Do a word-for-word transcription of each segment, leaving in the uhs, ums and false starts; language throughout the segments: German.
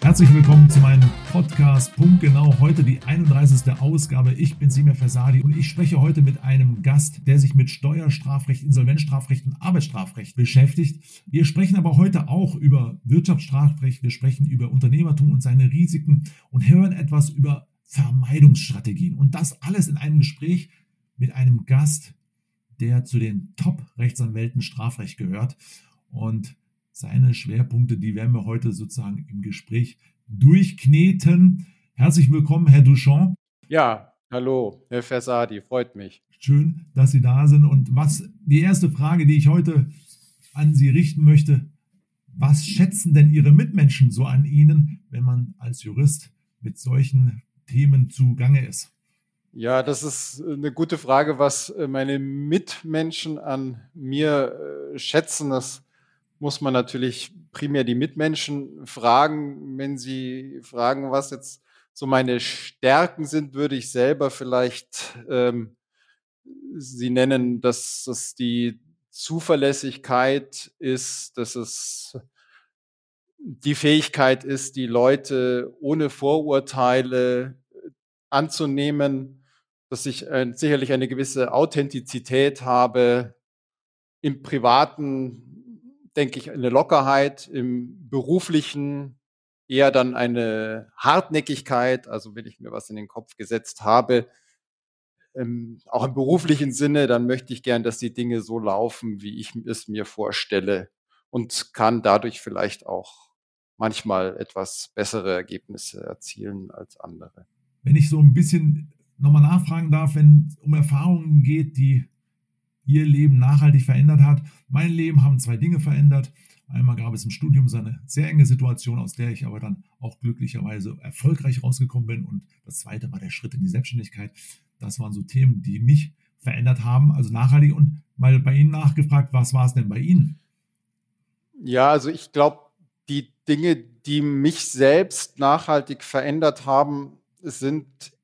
Herzlich willkommen zu meinem Podcast Punktgenau. Heute die einunddreißigste Ausgabe. Ich bin Simir Fersadi und ich spreche heute mit einem Gast, der sich mit Steuerstrafrecht, Insolvenzstrafrecht und Arbeitsstrafrecht beschäftigt. Wir sprechen aber heute auch über Wirtschaftsstrafrecht, wir sprechen über Unternehmertum und seine Risiken und hören etwas über Vermeidungsstrategien. Und das alles in einem Gespräch mit einem Gast, der zu den Top-Rechtsanwälten Strafrecht gehört. Und seine Schwerpunkte, die werden wir heute sozusagen im Gespräch durchkneten. Herzlich willkommen, Herr Duchamp. Ja, hallo, Herr Fersadi, freut mich. Schön, dass Sie da sind. Und was die erste Frage, die ich heute an Sie richten möchte: Was schätzen denn Ihre Mitmenschen so an Ihnen, wenn man als Jurist mit solchen Themen zugange ist? Ja, das ist eine gute Frage, was meine Mitmenschen an mir äh, schätzen. Das muss man natürlich primär die Mitmenschen fragen. Wenn sie fragen, was jetzt so meine Stärken sind, würde ich selber vielleicht ähm, sie nennen, dass es die Zuverlässigkeit ist, dass es die Fähigkeit ist, die Leute ohne Vorurteile anzunehmen, dass ich äh, sicherlich eine gewisse Authentizität habe. Im Privaten denke ich eine Lockerheit, im Beruflichen eher dann eine Hartnäckigkeit, also wenn ich mir was in den Kopf gesetzt habe, ähm, auch im beruflichen Sinne, dann möchte ich gern, dass die Dinge so laufen, wie ich es mir vorstelle, und kann dadurch vielleicht auch manchmal etwas bessere Ergebnisse erzielen als andere. Wenn ich so ein bisschen nochmal nachfragen darf, wenn es um Erfahrungen geht, die Ihr Leben nachhaltig verändert hat. Mein Leben haben zwei Dinge verändert. Einmal gab es im Studium so eine sehr enge Situation, aus der ich aber dann auch glücklicherweise erfolgreich rausgekommen bin. Und das zweite war der Schritt in die Selbstständigkeit. Das waren so Themen, die mich verändert haben, also nachhaltig. Und mal bei Ihnen nachgefragt, was war es denn bei Ihnen? Ja, also ich glaube, die Dinge, die mich selbst nachhaltig verändert haben, sind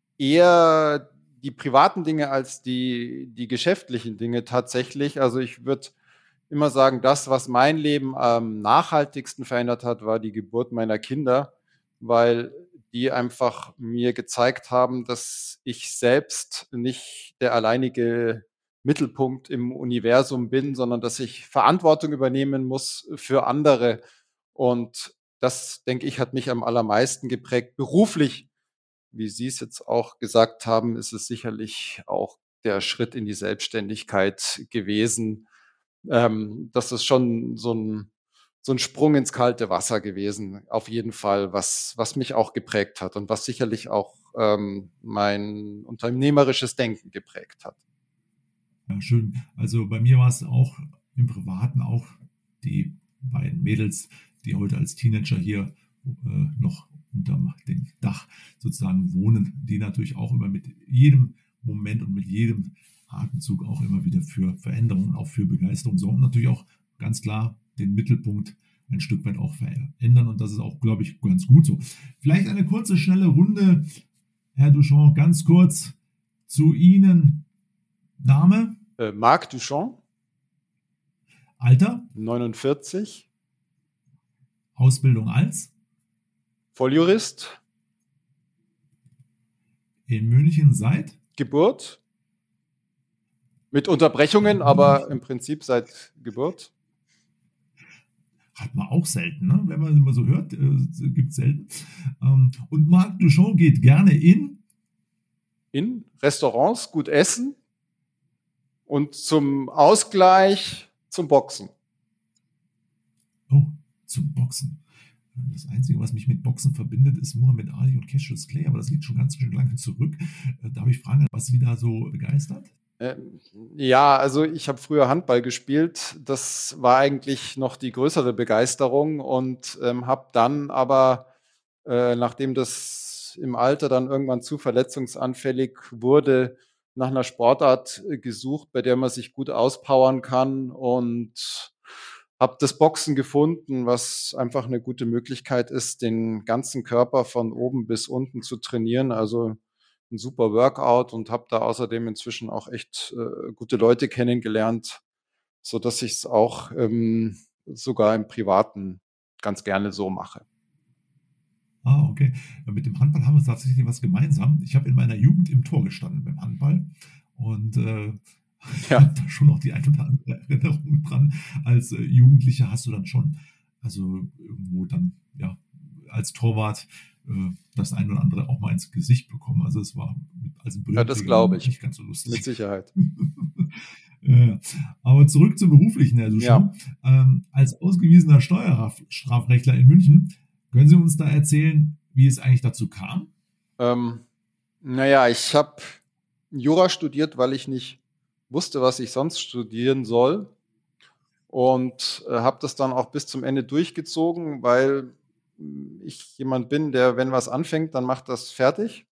eher die privaten Dinge als die, die geschäftlichen Dinge tatsächlich. Also ich würde immer sagen, das, was mein Leben am nachhaltigsten verändert hat, war die Geburt meiner Kinder, weil die einfach mir gezeigt haben, dass ich selbst nicht der alleinige Mittelpunkt im Universum bin, sondern dass ich Verantwortung übernehmen muss für andere. Und das, denke ich, hat mich am allermeisten geprägt. Beruflich, wie Sie es jetzt auch gesagt haben, ist es sicherlich auch der Schritt in die Selbstständigkeit gewesen. Ähm, das ist schon so ein, so ein Sprung ins kalte Wasser gewesen, auf jeden Fall, was, was mich auch geprägt hat und was sicherlich auch ähm, mein unternehmerisches Denken geprägt hat. Ja, schön. Also bei mir war es auch im Privaten auch die beiden Mädels, die heute als Teenager hier äh, noch unter dem Dach sozusagen wohnen, die natürlich auch immer mit jedem Moment und mit jedem Atemzug auch immer wieder für Veränderungen, auch für Begeisterung sorgen. Und natürlich auch ganz klar den Mittelpunkt ein Stück weit auch verändern. Und das ist auch, glaube ich, ganz gut so. Vielleicht eine kurze, schnelle Runde, Herr Duchamp, ganz kurz zu Ihnen. Name? Äh, Marc Duchamp. Alter? neunundvierzig. Ausbildung als? Volljurist. In München seit? Geburt. Mit Unterbrechungen, aber im Prinzip seit Geburt. Hat man auch selten, ne? Wenn man es immer so hört, äh, gibt es selten. Ähm, und Marc Duchamp geht gerne in? In Restaurants, gut essen und zum Ausgleich zum Boxen. Oh, zum Boxen. Das Einzige, was mich mit Boxen verbindet, ist Muhammad Ali und Cassius Clay, aber das liegt schon ganz schön lange zurück. Darf ich fragen, was Sie da so begeistert? Ähm, ja, also ich habe früher Handball gespielt. Das war eigentlich noch die größere Begeisterung und ähm, habe dann aber, äh, nachdem das im Alter dann irgendwann zu verletzungsanfällig wurde, nach einer Sportart äh, gesucht, bei der man sich gut auspowern kann, und habe das Boxen gefunden, was einfach eine gute Möglichkeit ist, den ganzen Körper von oben bis unten zu trainieren. Also ein super Workout, und habe da außerdem inzwischen auch echt äh, gute Leute kennengelernt, so dass ich es auch ähm, sogar im Privaten ganz gerne so mache. Ah, okay. Ja, mit dem Handball haben wir tatsächlich was gemeinsam. Ich habe in meiner Jugend im Tor gestanden beim Handball und äh, ich habe Ja, da schon noch die ein oder andere Erinnerung dran. Als äh, Jugendlicher hast du dann schon, also irgendwo dann, ja, als Torwart äh, das ein oder andere auch mal ins Gesicht bekommen. Also es war mit, als ja, das Brillenträger glaube ich. nicht ganz so Mit lustig. Sicherheit. Ja. Aber zurück zum Beruflichen, Herr Duschau. Ja. Ähm, als ausgewiesener Steuerstrafrechtler in München, können Sie uns da erzählen, wie es eigentlich dazu kam? Ähm, naja, ich habe Jura studiert, weil ich nicht wusste, was ich sonst studieren soll. Und äh, habe das dann auch bis zum Ende durchgezogen, weil mh, ich jemand bin, der, wenn was anfängt, dann macht das fertig.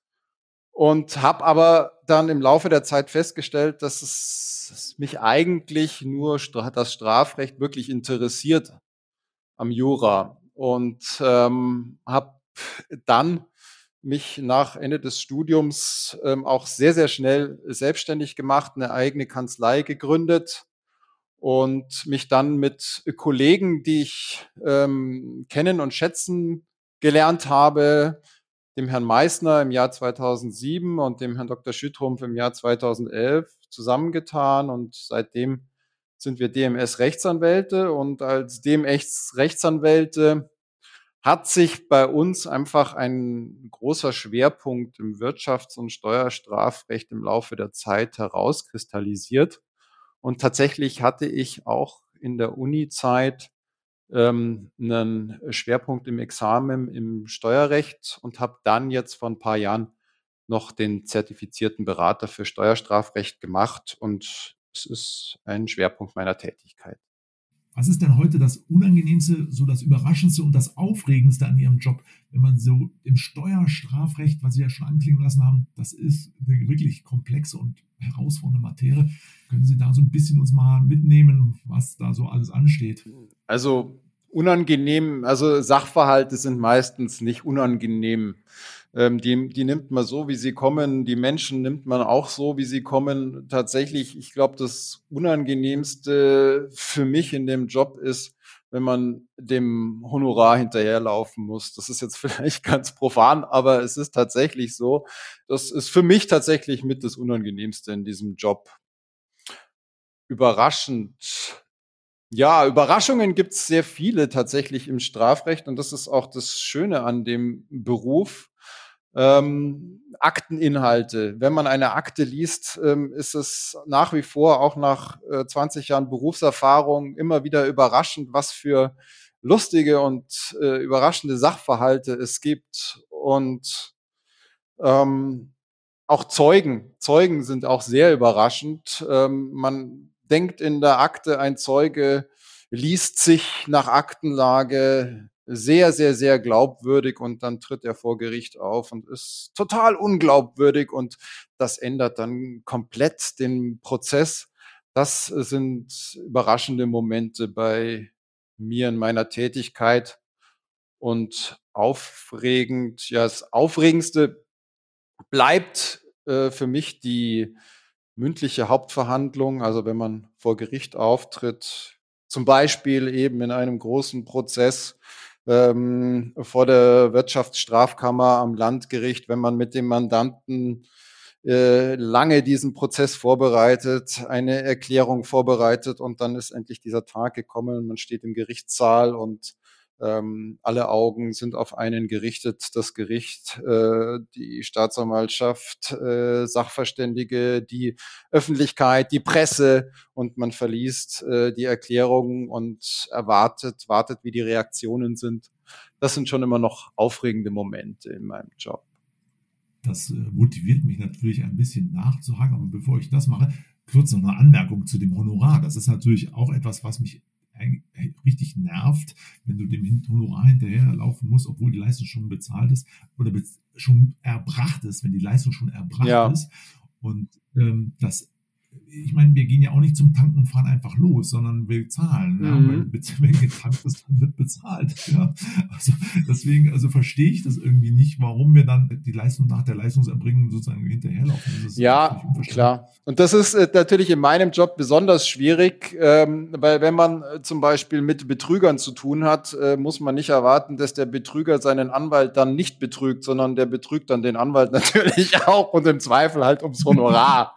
Und habe aber dann im Laufe der Zeit festgestellt, dass es es mich eigentlich nur Stra das Strafrecht wirklich interessiert am Jura. Und ähm, habe dann mich nach Ende des Studiums ähm, auch sehr, sehr schnell selbstständig gemacht, eine eigene Kanzlei gegründet und mich dann mit Kollegen, die ich ähm, kennen und schätzen gelernt habe, dem Herrn Meissner im Jahr zweitausendsieben und dem Herrn Doktor Schüttrumpf im Jahr zweitausendelf zusammengetan. Und seitdem sind wir D M S-Rechtsanwälte. Und als D M S-Rechtsanwälte hat sich bei uns einfach ein großer Schwerpunkt im Wirtschafts- und Steuerstrafrecht im Laufe der Zeit herauskristallisiert. Und tatsächlich hatte ich auch in der Uni-Zeit ähm, einen Schwerpunkt im Examen im Steuerrecht und habe dann jetzt vor ein paar Jahren noch den zertifizierten Berater für Steuerstrafrecht gemacht und es ist ein Schwerpunkt meiner Tätigkeit. Was ist denn heute das Unangenehmste, so das Überraschendste und das Aufregendste an Ihrem Job, wenn man so im Steuerstrafrecht, was Sie ja schon anklingen lassen haben, das ist eine wirklich komplexe und herausfordernde Materie. Können Sie da so ein bisschen uns mal mitnehmen, was da so alles ansteht? Also unangenehm, also Sachverhalte sind meistens nicht unangenehm. Ähm, die, die nimmt man so, wie sie kommen. Die Menschen nimmt man auch so, wie sie kommen. Tatsächlich, ich glaube, das Unangenehmste für mich in dem Job ist, wenn man dem Honorar hinterherlaufen muss. Das ist jetzt vielleicht ganz profan, aber es ist tatsächlich so. Das ist für mich tatsächlich mit das Unangenehmste in diesem Job. Überraschend. Ja, Überraschungen gibt es sehr viele tatsächlich im Strafrecht und das ist auch das Schöne an dem Beruf. Ähm, Akteninhalte. Wenn man eine Akte liest, ähm, ist es nach wie vor, auch nach äh, zwanzig Jahren Berufserfahrung, immer wieder überraschend, was für lustige und äh, überraschende Sachverhalte es gibt. Und ähm, auch Zeugen. Zeugen sind auch sehr überraschend. Ähm, man denkt in der Akte, ein Zeuge liest sich nach Aktenlage sehr, sehr, sehr glaubwürdig und dann tritt er vor Gericht auf und ist total unglaubwürdig und das ändert dann komplett den Prozess. Das sind überraschende Momente bei mir in meiner Tätigkeit und aufregend, ja, das Aufregendste bleibt äh, für mich die mündliche Hauptverhandlung, also wenn man vor Gericht auftritt, zum Beispiel eben in einem großen Prozess ähm, vor der Wirtschaftsstrafkammer am Landgericht, wenn man mit dem Mandanten äh, lange diesen Prozess vorbereitet, eine Erklärung vorbereitet und dann ist endlich dieser Tag gekommen, man steht im Gerichtssaal und ähm, alle Augen sind auf einen gerichtet, das Gericht, äh, die Staatsanwaltschaft, äh, Sachverständige, die Öffentlichkeit, die Presse und man verliest äh, die Erklärungen und erwartet, wartet, wie die Reaktionen sind. Das sind schon immer noch aufregende Momente in meinem Job. Das äh, motiviert mich natürlich ein bisschen nachzuhaken, aber bevor ich das mache, kurz noch eine Anmerkung zu dem Honorar. Das ist natürlich auch etwas, was mich richtig nervt, wenn du dem Honorar hinterherlaufen musst, obwohl die Leistung schon bezahlt ist oder schon erbracht ist, wenn die Leistung schon erbracht Ja, ist. Und ähm, das ich meine, wir gehen ja auch nicht zum Tanken und fahren einfach los, sondern wir zahlen. Ja? Mhm. Weil, wenn getankt ist, dann wird bezahlt. Ja? Also deswegen, also verstehe ich das irgendwie nicht, warum wir dann die Leistung nach der Leistungserbringung sozusagen hinterherlaufen. Das ist Ja, völlig unverständlich. klar. Und das ist äh, natürlich in meinem Job besonders schwierig, ähm, weil wenn man äh, zum Beispiel mit Betrügern zu tun hat, äh, muss man nicht erwarten, dass der Betrüger seinen Anwalt dann nicht betrügt, sondern der betrügt dann den Anwalt natürlich auch und im Zweifel halt ums Honorar.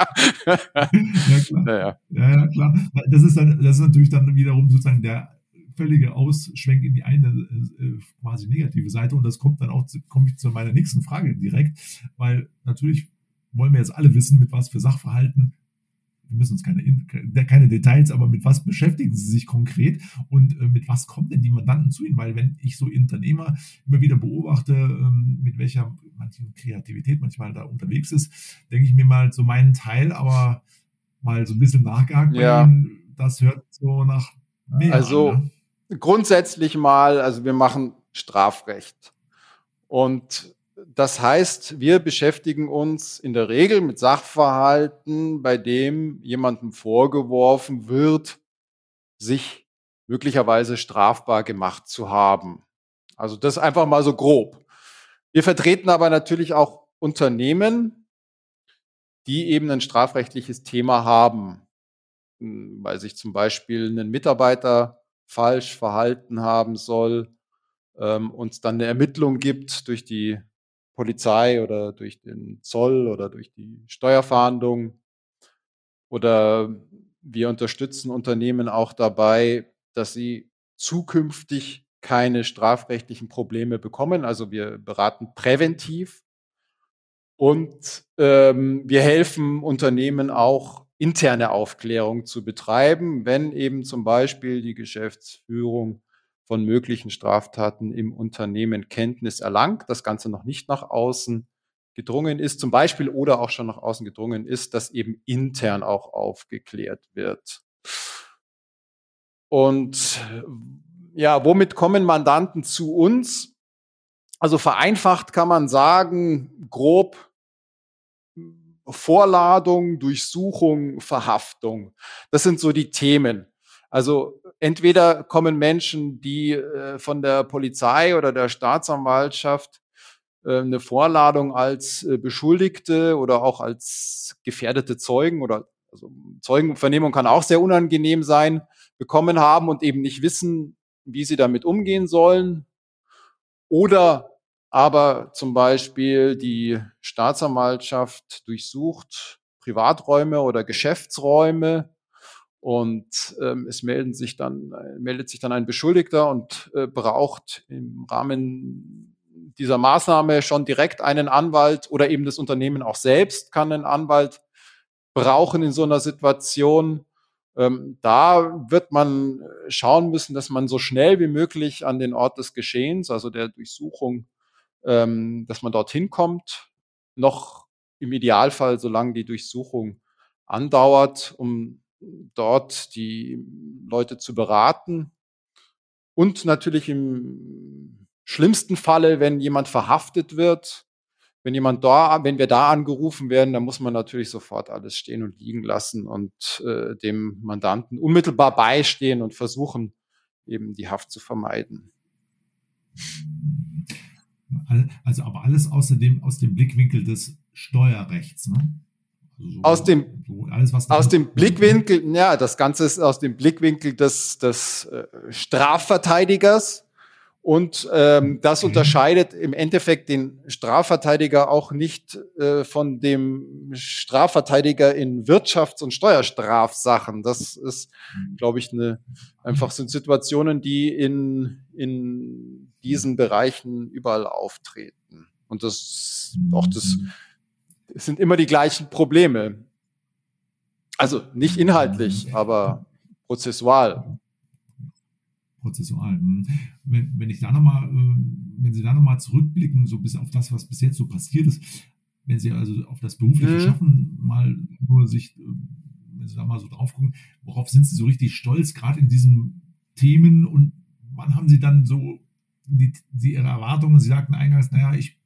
Ja, klar. Naja. Ja, ja, klar. Das ist dann, das ist natürlich dann wiederum sozusagen der völlige Ausschwenk in die eine äh, quasi negative Seite. Und das kommt dann auch, komme ich zu meiner nächsten Frage direkt, weil natürlich wollen wir jetzt alle wissen, mit was für Sachverhalten, wir müssen uns keine, keine Details, aber mit was beschäftigen Sie sich konkret und äh, mit was kommen denn die Mandanten zu Ihnen? Weil wenn ich so Unternehmer immer wieder beobachte, ähm, mit welcher manchen Kreativität manchmal da unterwegs ist, denke ich mir mal so meinen Teil, aber mal so ein bisschen nachgehakt Ja. bei Ihnen, das hört so nach mehr Also an. Ne? grundsätzlich mal, also wir machen Strafrecht. Und das heißt, wir beschäftigen uns in der Regel mit Sachverhalten, bei dem jemandem vorgeworfen wird, sich möglicherweise strafbar gemacht zu haben. Also das einfach mal so grob. Wir vertreten aber natürlich auch Unternehmen, die eben ein strafrechtliches Thema haben, weil sich zum Beispiel ein Mitarbeiter falsch verhalten haben soll ähm, und es dann eine Ermittlung gibt durch die Polizei oder durch den Zoll oder durch die Steuerfahndung. Oder wir unterstützen Unternehmen auch dabei, dass sie zukünftig keine strafrechtlichen Probleme bekommen. Also wir beraten präventiv und ähm, wir helfen Unternehmen auch, interne Aufklärung zu betreiben, wenn eben zum Beispiel die Geschäftsführung von möglichen Straftaten im Unternehmen Kenntnis erlangt, das Ganze noch nicht nach außen gedrungen ist, zum Beispiel oder auch schon nach außen gedrungen ist, dass eben intern auch aufgeklärt wird. Und ja, womit kommen Mandanten zu uns? Also vereinfacht kann man sagen, grob Vorladung, Durchsuchung, Verhaftung. Das sind so die Themen. Also entweder kommen Menschen, die äh, von der Polizei oder der Staatsanwaltschaft äh, eine Vorladung als äh, Beschuldigte oder auch als gefährdete Zeugen oder also Zeugenvernehmung kann auch sehr unangenehm sein, bekommen haben und eben nicht wissen, wie sie damit umgehen sollen. Oder aber zum Beispiel die Staatsanwaltschaft durchsucht Privaträume oder Geschäftsräume und ähm, es melden sich dann, äh, meldet sich dann ein Beschuldigter und äh, braucht im Rahmen dieser Maßnahme schon direkt einen Anwalt oder eben das Unternehmen auch selbst kann einen Anwalt brauchen in so einer Situation. Ähm, da wird man schauen müssen, dass man so schnell wie möglich an den Ort des Geschehens, also der Durchsuchung, ähm, dass man dorthin kommt, noch im Idealfall, solange die Durchsuchung andauert, um dort die Leute zu beraten. Und natürlich im schlimmsten Falle, wenn jemand verhaftet wird, wenn jemand da, wenn wir da angerufen werden, dann muss man natürlich sofort alles stehen und liegen lassen und äh, dem Mandanten unmittelbar beistehen und versuchen, eben die Haft zu vermeiden. Also aber alles außerdem aus dem Blickwinkel des Steuerrechts, ne? Also so, aus dem, so alles, was aus dem Blickwinkel, ja, das Ganze ist aus dem Blickwinkel des, des äh, Strafverteidigers. Und ähm, das unterscheidet im Endeffekt den Strafverteidiger auch nicht äh, von dem Strafverteidiger in Wirtschafts- und Steuerstrafsachen. Das ist, glaube ich, eine, einfach sind Situationen, die in, in diesen Bereichen überall auftreten. Und das auch das, es sind immer die gleichen Probleme. Also nicht inhaltlich, aber prozessual. Prozessual. Wenn, wenn ich da noch mal, wenn Sie da nochmal zurückblicken, so bis auf das, was bis jetzt so passiert ist, wenn Sie also auf das berufliche mhm. Schaffen mal nur sich, wenn Sie da mal so drauf gucken, worauf sind Sie so richtig stolz, gerade in diesen Themen und wann haben Sie dann so die, die Ihre Erwartungen? Sie sagten eingangs, naja, ich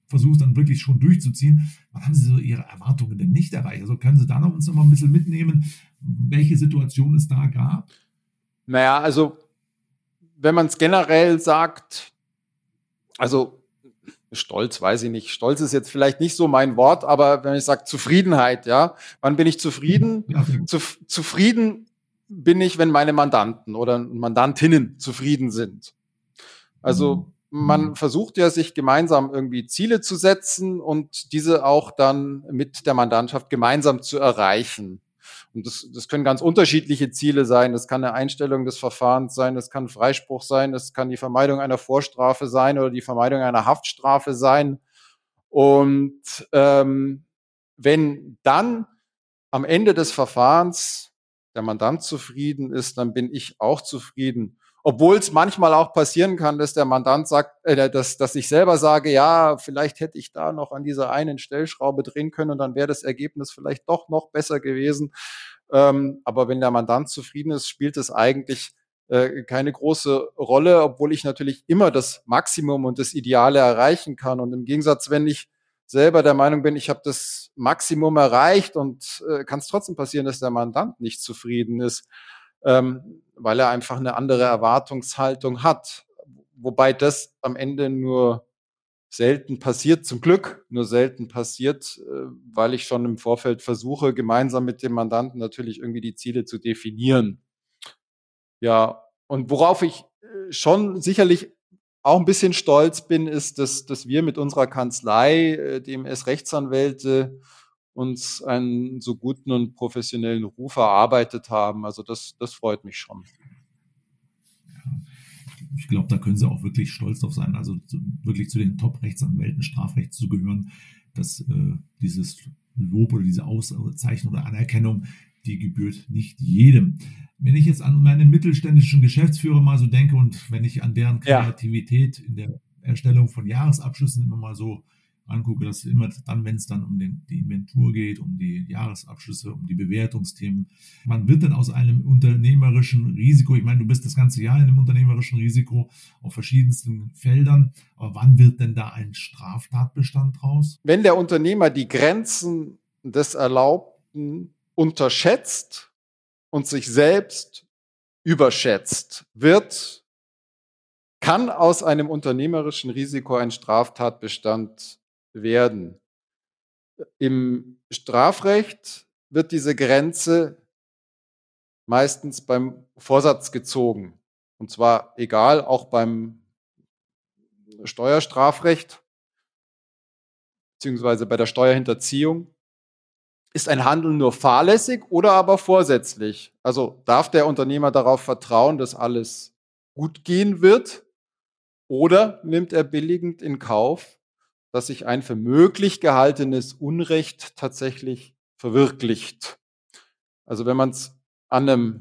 versucht dann wirklich schon durchzuziehen. Wann haben Sie so Ihre Erwartungen denn nicht erreicht? Also können Sie da noch uns noch mal ein bisschen mitnehmen, welche Situation es da gab? Naja, also wenn man es generell sagt, also Stolz, weiß ich nicht. Stolz ist jetzt vielleicht nicht so mein Wort, aber wenn ich sage Zufriedenheit, ja, wann bin ich zufrieden? Ja, Zuf- zufrieden bin ich, wenn meine Mandanten oder Mandantinnen zufrieden sind. Also man versucht ja, sich gemeinsam irgendwie Ziele zu setzen und diese auch dann mit der Mandantschaft gemeinsam zu erreichen. Und das, das können ganz unterschiedliche Ziele sein. Das kann eine Einstellung des Verfahrens sein, das kann Freispruch sein, das kann die Vermeidung einer Vorstrafe sein oder die Vermeidung einer Haftstrafe sein. Und ähm, wenn dann am Ende des Verfahrens der Mandant zufrieden ist, dann bin ich auch zufrieden. Obwohl es manchmal auch passieren kann, dass der Mandant sagt, äh, dass, dass ich selber sage, ja, vielleicht hätte ich da noch an dieser einen Stellschraube drehen können und dann wäre das Ergebnis vielleicht doch noch besser gewesen. Ähm, aber wenn der Mandant zufrieden ist, spielt es eigentlich äh, keine große Rolle, obwohl ich natürlich immer das Maximum und das Ideale erreichen kann. Und im Gegensatz, wenn ich selber der Meinung bin, ich habe das Maximum erreicht und äh, kann es trotzdem passieren, dass der Mandant nicht zufrieden ist, ähm, weil er einfach eine andere Erwartungshaltung hat. Wobei das am Ende nur selten passiert, zum Glück nur selten passiert, äh, weil ich schon im Vorfeld versuche, gemeinsam mit dem Mandanten natürlich irgendwie die Ziele zu definieren. Ja, und worauf ich äh, schon sicherlich auch ein bisschen stolz bin, ist, dass, dass wir mit unserer Kanzlei, äh, D M S Rechtsanwälte, uns einen so guten und professionellen Ruf erarbeitet haben. Also das, das freut mich schon. Ich glaube, da können Sie auch wirklich stolz drauf sein, also zu, wirklich zu den Top-Rechtsanwälten Strafrechts zu gehören, dass äh, dieses Lob oder diese Auszeichnung oder Anerkennung, die gebührt nicht jedem. Wenn ich jetzt an meine mittelständischen Geschäftsführer mal so denke und wenn ich an deren Kreativität in der Erstellung von Jahresabschlüssen immer mal so angucke, dass immer dann, wenn es dann um den, die Inventur geht, um die Jahresabschlüsse, um die Bewertungsthemen, man wird dann aus einem unternehmerischen Risiko, ich meine, du bist das ganze Jahr in einem unternehmerischen Risiko auf verschiedensten Feldern, aber wann wird denn da ein Straftatbestand draus? Wenn der Unternehmer die Grenzen des Erlaubten unterschätzt und sich selbst überschätzt, wird, kann aus einem unternehmerischen Risiko ein Straftatbestand werden. Im Strafrecht wird diese Grenze meistens beim Vorsatz gezogen. Und zwar egal, auch beim Steuerstrafrecht beziehungsweise bei der Steuerhinterziehung. Ist ein Handeln nur fahrlässig oder aber vorsätzlich? Also darf der Unternehmer darauf vertrauen, dass alles gut gehen wird? Oder nimmt er billigend in Kauf, dass sich ein für möglich gehaltenes Unrecht tatsächlich verwirklicht? Also wenn man es an einem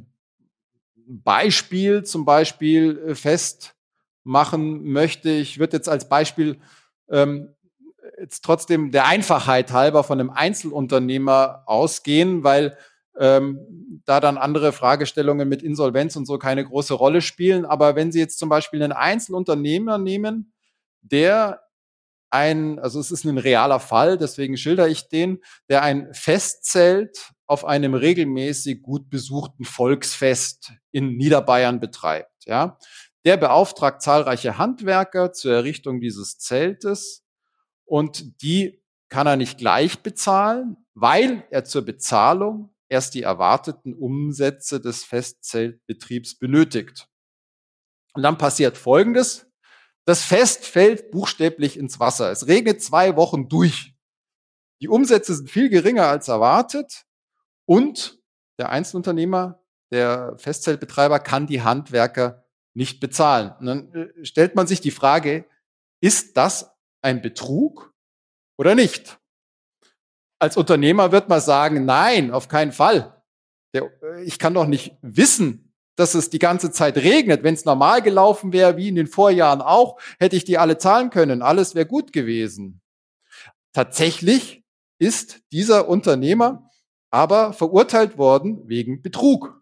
Beispiel zum Beispiel festmachen möchte, ich würde jetzt als Beispiel ähm, jetzt trotzdem der Einfachheit halber von einem Einzelunternehmer ausgehen, weil ähm, da dann andere Fragestellungen mit Insolvenz und so keine große Rolle spielen. Aber wenn Sie jetzt zum Beispiel einen Einzelunternehmer nehmen, der ein, also es ist ein realer Fall, deswegen schilder ich den, der ein Festzelt auf einem regelmäßig gut besuchten Volksfest in Niederbayern betreibt. Ja, der beauftragt zahlreiche Handwerker zur Errichtung dieses Zeltes und die kann er nicht gleich bezahlen, weil er zur Bezahlung erst die erwarteten Umsätze des Festzeltbetriebs benötigt. Und dann passiert Folgendes. Das Fest fällt buchstäblich ins Wasser. Es regnet zwei Wochen durch. Die Umsätze sind viel geringer als erwartet und der Einzelunternehmer, der Festzeltbetreiber, kann die Handwerker nicht bezahlen. Und dann stellt man sich die Frage, ist das ein Betrug oder nicht? Als Unternehmer wird man sagen, nein, auf keinen Fall. Der, ich kann doch nicht wissen, dass es die ganze Zeit regnet. Wenn es normal gelaufen wäre, wie in den Vorjahren auch, hätte ich die alle zahlen können. Alles wäre gut gewesen. Tatsächlich ist dieser Unternehmer aber verurteilt worden wegen Betrug,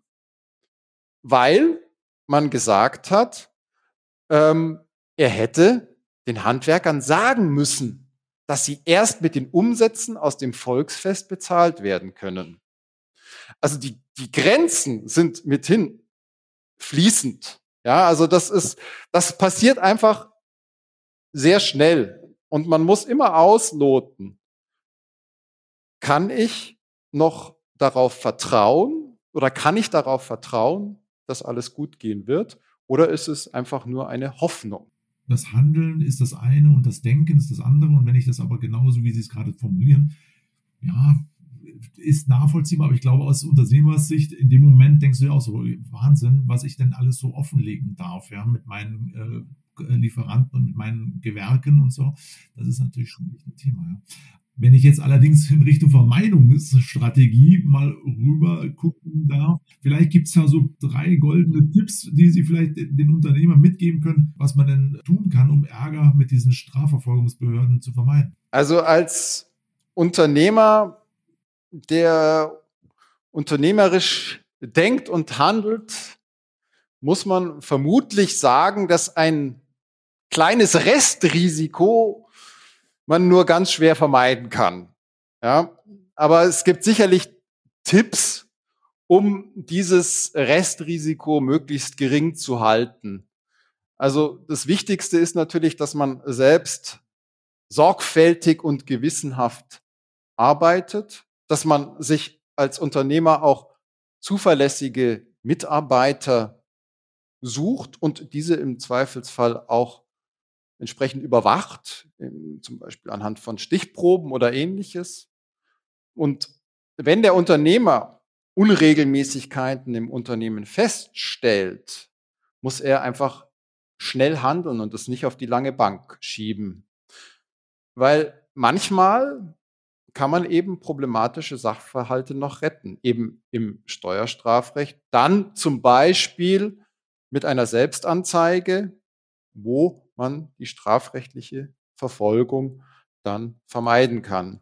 weil man gesagt hat, ähm, er hätte den Handwerkern sagen müssen, dass sie erst mit den Umsätzen aus dem Volksfest bezahlt werden können. Also die, die Grenzen sind mithin fließend. Ja, also das ist, das passiert einfach sehr schnell. Und man muss immer ausloten. Kann ich noch darauf vertrauen oder kann ich darauf vertrauen, dass alles gut gehen wird? Oder ist es einfach nur eine Hoffnung? Das Handeln ist das eine und das Denken ist das andere. Und wenn ich das aber genauso, wie Sie es gerade formulieren, ja, ist nachvollziehbar, aber ich glaube, aus Unternehmersicht, in dem Moment denkst du ja auch so, Wahnsinn, was ich denn alles so offenlegen darf, ja, mit meinen äh, Lieferanten und mit meinen Gewerken und so. Das ist natürlich schon echt ein Thema, ja. Wenn ich jetzt allerdings in Richtung Vermeidungsstrategie mal rüber gucken darf, vielleicht gibt es ja so drei goldene Tipps, die Sie vielleicht den Unternehmern mitgeben können, was man denn tun kann, um Ärger mit diesen Strafverfolgungsbehörden zu vermeiden. Also als Unternehmer, der unternehmerisch denkt und handelt, muss man vermutlich sagen, dass ein kleines Restrisiko man nur ganz schwer vermeiden kann. Ja, aber es gibt sicherlich Tipps, um dieses Restrisiko möglichst gering zu halten. Also das Wichtigste ist natürlich, dass man selbst sorgfältig und gewissenhaft arbeitet, dass man sich als Unternehmer auch zuverlässige Mitarbeiter sucht und diese im Zweifelsfall auch entsprechend überwacht, zum Beispiel anhand von Stichproben oder Ähnliches. Und wenn der Unternehmer Unregelmäßigkeiten im Unternehmen feststellt, muss er einfach schnell handeln und es nicht auf die lange Bank schieben. Weil manchmal kann man eben problematische Sachverhalte noch retten, eben im Steuerstrafrecht. Dann zum Beispiel mit einer Selbstanzeige, wo man die strafrechtliche Verfolgung dann vermeiden kann.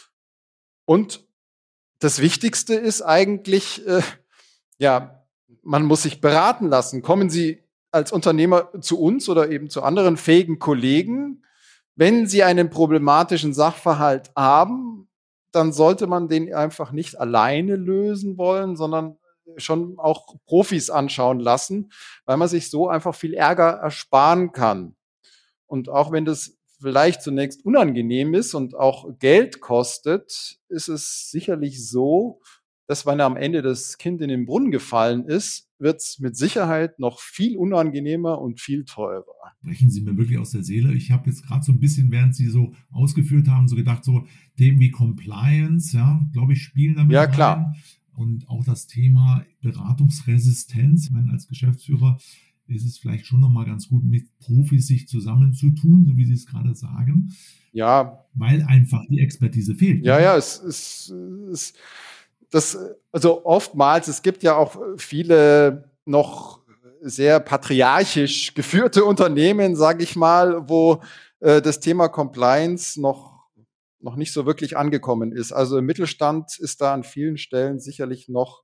Und das Wichtigste ist eigentlich, äh, ja, man muss sich beraten lassen. Kommen Sie als Unternehmer zu uns oder eben zu anderen fähigen Kollegen. Wenn Sie einen problematischen Sachverhalt haben, dann sollte man den einfach nicht alleine lösen wollen, sondern schon auch Profis anschauen lassen, weil man sich so einfach viel Ärger ersparen kann. Und auch wenn das vielleicht zunächst unangenehm ist und auch Geld kostet, ist es sicherlich so, dass wenn am Ende das Kind in den Brunnen gefallen ist, wird es mit Sicherheit noch viel unangenehmer und viel teurer. Sprechen Sie mir wirklich aus der Seele. Ich habe jetzt gerade so ein bisschen, während Sie so ausgeführt haben, so gedacht, so Themen wie Compliance, ja, glaube ich, spielen damit Ja, rein. klar. Und auch das Thema Beratungsresistenz. Ich meine, als Geschäftsführer ist es vielleicht schon nochmal ganz gut, mit Profis sich zusammenzutun, so wie Sie es gerade sagen. Ja. Weil einfach die Expertise fehlt. Ja, ja, es ist, es, das, also oftmals, es gibt ja auch viele noch sehr patriarchisch geführte Unternehmen, sage ich mal, wo äh, das Thema Compliance noch, noch nicht so wirklich angekommen ist. Also im Mittelstand ist da an vielen Stellen sicherlich noch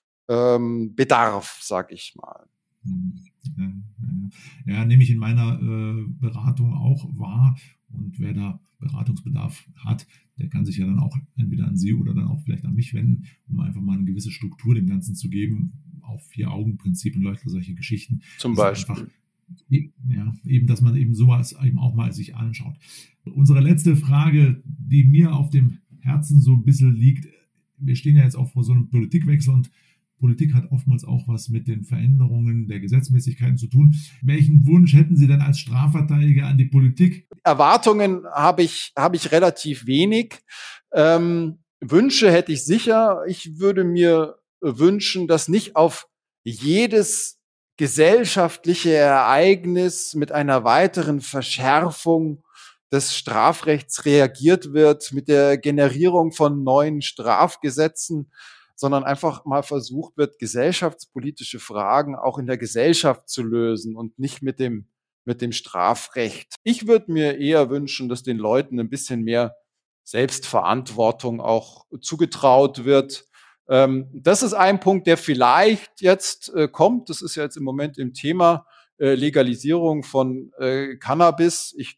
ähm, Bedarf, sage ich mal. Ja, ja, ja, nehme ich in meiner äh, Beratung auch wahr. Und wer da Beratungsbedarf hat, der kann sich ja dann auch entweder an Sie oder dann auch vielleicht an mich wenden, um einfach mal eine gewisse Struktur dem Ganzen zu geben. Auf Vier-Augen-Prinzip und Leute, solche Geschichten. Zum Beispiel. Einfach, ja, eben, dass man eben sowas eben auch mal sich anschaut. Unsere letzte Frage, die mir auf dem Herzen so ein bisschen liegt, wir stehen ja jetzt auch vor so einem Politikwechsel und Politik hat oftmals auch was mit den Veränderungen der Gesetzmäßigkeiten zu tun. Welchen Wunsch hätten Sie denn als Strafverteidiger an die Politik? Erwartungen habe ich, habe ich relativ wenig. Ähm, Wünsche hätte ich sicher. Ich würde mir wünschen, dass nicht auf jedes gesellschaftliche Ereignis mit einer weiteren Verschärfung des Strafrechts reagiert wird, mit der Generierung von neuen Strafgesetzen, sondern einfach mal versucht wird, gesellschaftspolitische Fragen auch in der Gesellschaft zu lösen und nicht mit dem, mit dem Strafrecht. Ich würde mir eher wünschen, dass den Leuten ein bisschen mehr Selbstverantwortung auch zugetraut wird. Ähm, das ist ein Punkt, der vielleicht jetzt äh, kommt. Das ist ja jetzt im Moment im Thema äh, Legalisierung von äh, Cannabis. Ich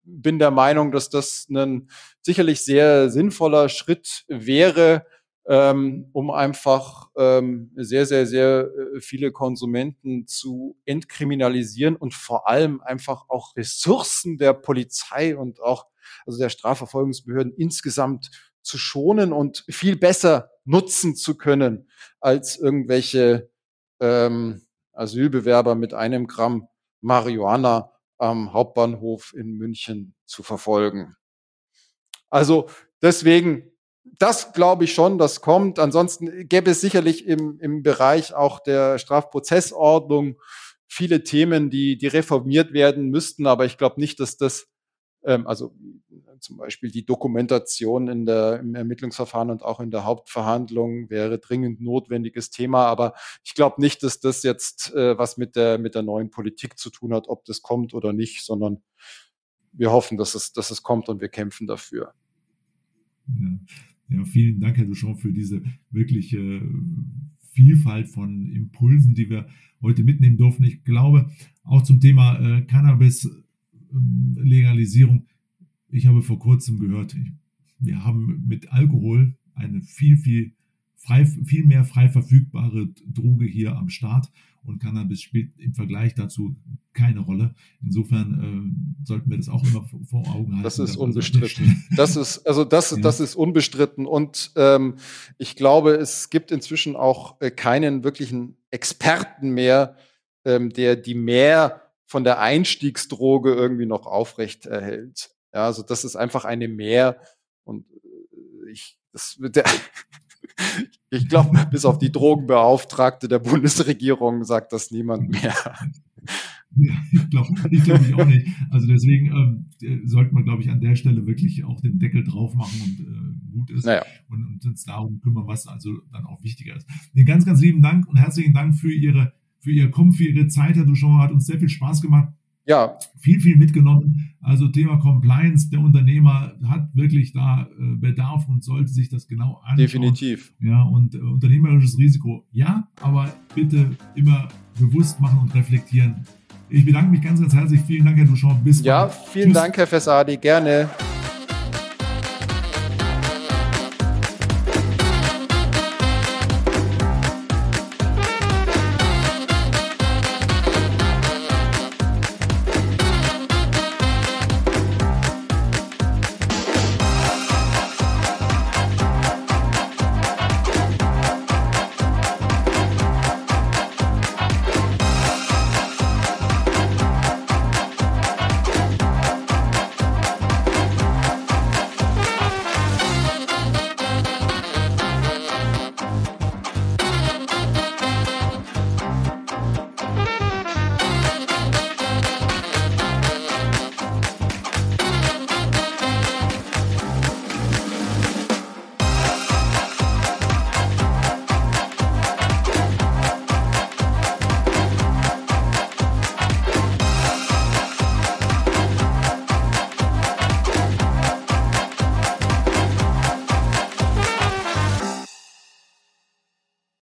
bin der Meinung, dass das ein sicherlich sehr sinnvoller Schritt wäre, ähm, um einfach ähm, sehr, sehr, sehr viele Konsumenten zu entkriminalisieren und vor allem einfach auch Ressourcen der Polizei und auch also der Strafverfolgungsbehörden insgesamt zu schonen und viel besser nutzen zu können, als irgendwelche ähm, Asylbewerber mit einem Gramm Marihuana am Hauptbahnhof in München zu verfolgen. Also deswegen, das glaube ich schon, das kommt. Ansonsten gäbe es sicherlich im, im Bereich auch der Strafprozessordnung viele Themen, die, die reformiert werden müssten, aber ich glaube nicht, dass das ähm, also zum Beispiel die Dokumentation in der, im Ermittlungsverfahren und auch in der Hauptverhandlung wäre dringend notwendiges Thema. Aber ich glaube nicht, dass das jetzt äh, was mit der, mit der neuen Politik zu tun hat, ob das kommt oder nicht, sondern wir hoffen, dass es, dass es kommt und wir kämpfen dafür. Ja, ja, vielen Dank, Herr Duchamp, für diese wirkliche Vielfalt von Impulsen, die wir heute mitnehmen durften. Ich glaube, auch zum Thema äh, Cannabis-Legalisierung, ich habe vor kurzem gehört, wir haben mit Alkohol eine viel, viel, frei, viel mehr frei verfügbare Droge hier am Start und Cannabis spielt im Vergleich dazu keine Rolle. Insofern äh, sollten wir das auch immer vor, vor Augen halten. Das ist unbestritten. Das ist, also das, ja. das ist unbestritten und ähm, ich glaube, es gibt inzwischen auch äh, keinen wirklichen Experten mehr, ähm, der die Mehr von der Einstiegsdroge irgendwie noch aufrecht erhält. Ja, also das ist einfach eine Mehr und ich, das wird der, ich glaube, bis auf die Drogenbeauftragte der Bundesregierung sagt das niemand mehr. Ja, ich glaube ich, glaub ich auch nicht. Also deswegen ähm, sollte man, glaube ich, an der Stelle wirklich auch den Deckel drauf machen und äh, gut ist naja. und, und uns darum kümmern, was also dann auch wichtiger ist. Nee, ganz, ganz lieben Dank und herzlichen Dank für Ihre, für Ihr Kommen, für Ihre Zeit, Herr Duchamp. Hat uns sehr viel Spaß gemacht. Ja. Viel, viel mitgenommen. Also Thema Compliance, der Unternehmer hat wirklich da äh, Bedarf und sollte sich das genau anschauen. Definitiv. Ja, und äh, unternehmerisches Risiko, ja, aber bitte immer bewusst machen und reflektieren. Ich bedanke mich ganz, ganz herzlich. Vielen Dank, Herr Duchamp. Bis bald. Ja, vielen Tschüss. Dank, Herr Fersadi. Gerne.